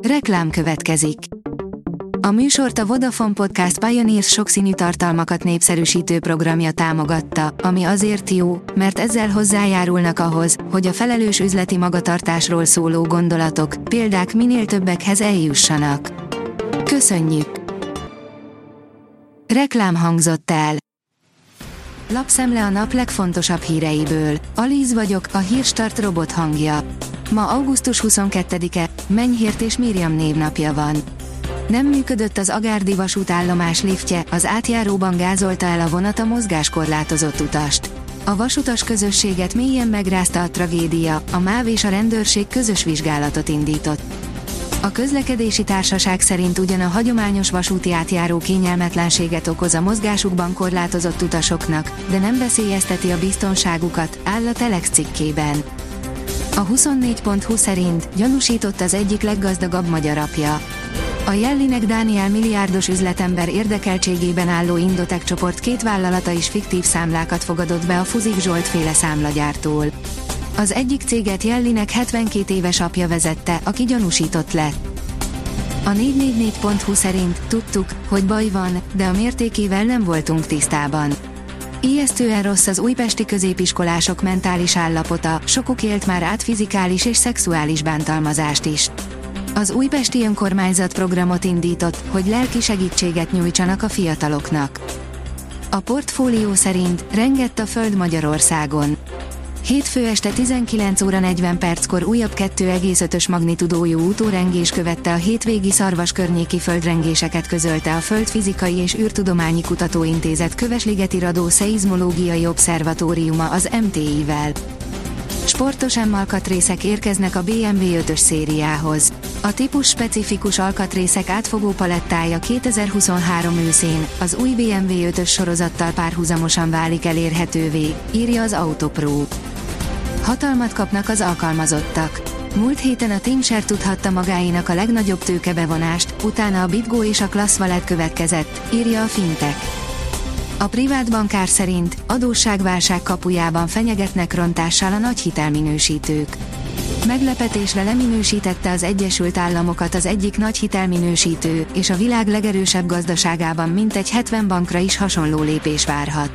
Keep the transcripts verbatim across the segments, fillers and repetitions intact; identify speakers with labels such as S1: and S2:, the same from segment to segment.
S1: Reklám következik. A műsort a Vodafone Podcast Pioneers sokszínű tartalmakat népszerűsítő programja támogatta, ami azért jó, mert ezzel hozzájárulnak ahhoz, hogy a felelős üzleti magatartásról szóló gondolatok, példák minél többekhez eljussanak. Köszönjük! Reklám hangzott el. Lapszemle a nap legfontosabb híreiből. Alíz vagyok, a Hírstart robot hangja. Ma augusztus huszonkettedike, Menyhért és Mirjam névnapja van. Nem működött az agárdi vasútállomás liftje, az átjáróban gázolta el a vonat a mozgáskorlátozott utast. A vasutas közösséget mélyen megrázta a tragédia, a MÁV és a rendőrség közös vizsgálatot indított. A közlekedési társaság szerint ugyan a hagyományos vasúti átjáró kényelmetlenséget okoz a mozgásukban korlátozott utasoknak, de nem veszélyezteti a biztonságukat, áll a Telex cikkében. A huszonnégy pont hu szerint gyanúsított az egyik leggazdagabb magyar apja. A Jellinek Dániel milliárdos üzletember érdekeltségében álló Indotek csoport két vállalata is fiktív számlákat fogadott be a Fuzik Zsolt féle számlagyártól. Az egyik céget Jellinek hetvenkét éves apja vezette, aki gyanúsított lett. A négy négy négy pont hu szerint tudtuk, hogy baj van, de a mértékével nem voltunk tisztában. Ijesztően rossz az újpesti középiskolások mentális állapota, sokuk élt már át fizikális és szexuális bántalmazást is. Az újpesti önkormányzat programot indított, hogy lelki segítséget nyújtsanak a fiataloknak. A Portfólió szerint rengett a föld Magyarországon. Hétfő este tizenkilenc óra negyven perckor újabb kettő egész ötös magnitudójú utórengés követte a hétvégi Szarvas környéki földrengéseket, közölte a Földfizikai és űrtudományi kutatóintézet Kövesligeti Radó Szeizmológiai Obszervatóriuma az em té i-vel. Sportos M-alkatrészek érkeznek a bé em vé ötös szériához. A típus specifikus alkatrészek átfogó palettája kétezer-huszonhárom őszén, az új bé em vé ötös sorozattal párhuzamosan válik elérhetővé, írja az Autopro. Hatalmat kapnak az alkalmazottak. Múlt héten a TeamShare tudhatta magáénak a legnagyobb tőkebevonást, utána a BitGo és a Class Wallet következett, írja a Fintech. A privát bankár szerint adósságválság kapujában fenyegetnek rontással a nagy hitelminősítők. Meglepetésre leminősítette az Egyesült Államokat az egyik nagy hitelminősítő, és a világ legerősebb gazdaságában mintegy hetven bankra is hasonló lépés várhat.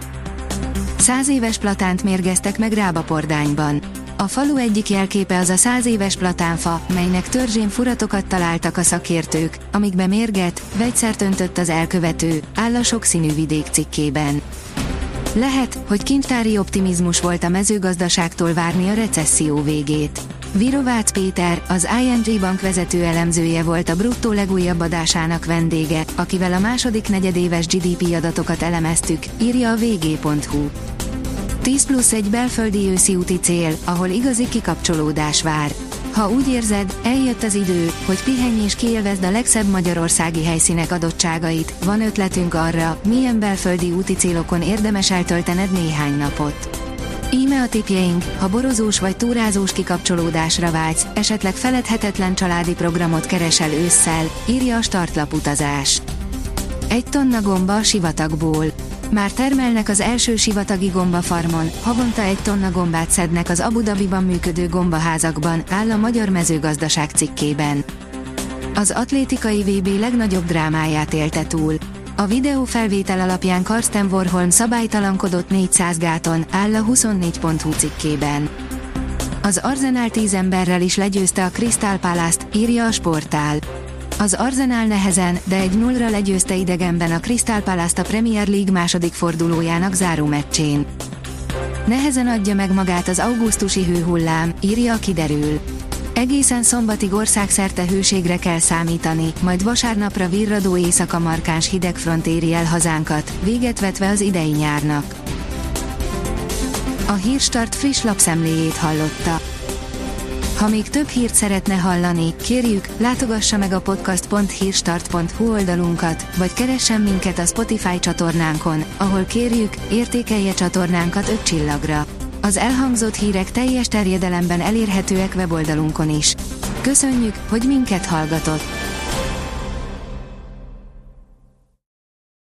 S1: Száz éves platánt mérgeztek meg Rábapordányban. A falu egyik jelképe az a száz éves platánfa, melynek törzsén furatokat találtak a szakértők, amikbe mérget, vegyszert öntött az elkövető, áll a Sokszínű Vidék cikkében. Lehet, hogy kintári optimizmus volt a mezőgazdaságtól várni a recesszió végét. Virovácz Péter, az i en gé Bank vezető elemzője volt a Bruttó legújabb adásának vendége, akivel a második negyedéves gé dé pé adatokat elemeztük, írja a vé gé pont hu. tíz plusz egy belföldi őszi úti cél, ahol igazi kikapcsolódás vár. Ha úgy érzed, eljött az idő, hogy pihenj és kiélvezd a legszebb magyarországi helyszínek adottságait, van ötletünk arra, milyen belföldi úti célokon érdemes eltöltened néhány napot. Íme a tippjeink, ha borozós vagy túrázós kikapcsolódásra vágysz, esetleg feledhetetlen családi programot keresel ősszel, írja a Startlap utazás. Egy tonna gomba a sivatagból. Már termelnek az első sivatagi gombafarmon, havonta egy tonna gombát szednek az Abu Dhabiban működő gombaházakban, áll a Magyar Mezőgazdaság cikkében. Az atlétikai vé bé legnagyobb drámáját élte túl. A videófelvétel alapján Karsten Warholm szabálytalankodott négyszáz gáton, áll a huszonnégy pont hu cikkében. Az Arsenal tíz emberrel is legyőzte a Crystal Palace-t, írja a Sportál. Az Arsenal nehezen, de egy nullra legyőzte idegenben a Crystal Palace-t a Premier League második fordulójának záró meccsén. Nehezen adja meg magát az augusztusi hőhullám, írja a Kiderül. Egészen szombatig országszerte hőségre kell számítani, majd vasárnapra virradó éjszaka markáns hidegfront éri el hazánkat, véget vetve az idei nyárnak. A Hírstart friss lapszemléjét hallotta. Ha még több hírt szeretne hallani, kérjük, látogassa meg a podcast pont hírstart pont hu oldalunkat, vagy keressen minket a Spotify csatornánkon, ahol kérjük, értékelje csatornánkat öt csillagra. Az elhangzott hírek teljes terjedelemben elérhetőek weboldalunkon is. Köszönjük, hogy minket hallgatott!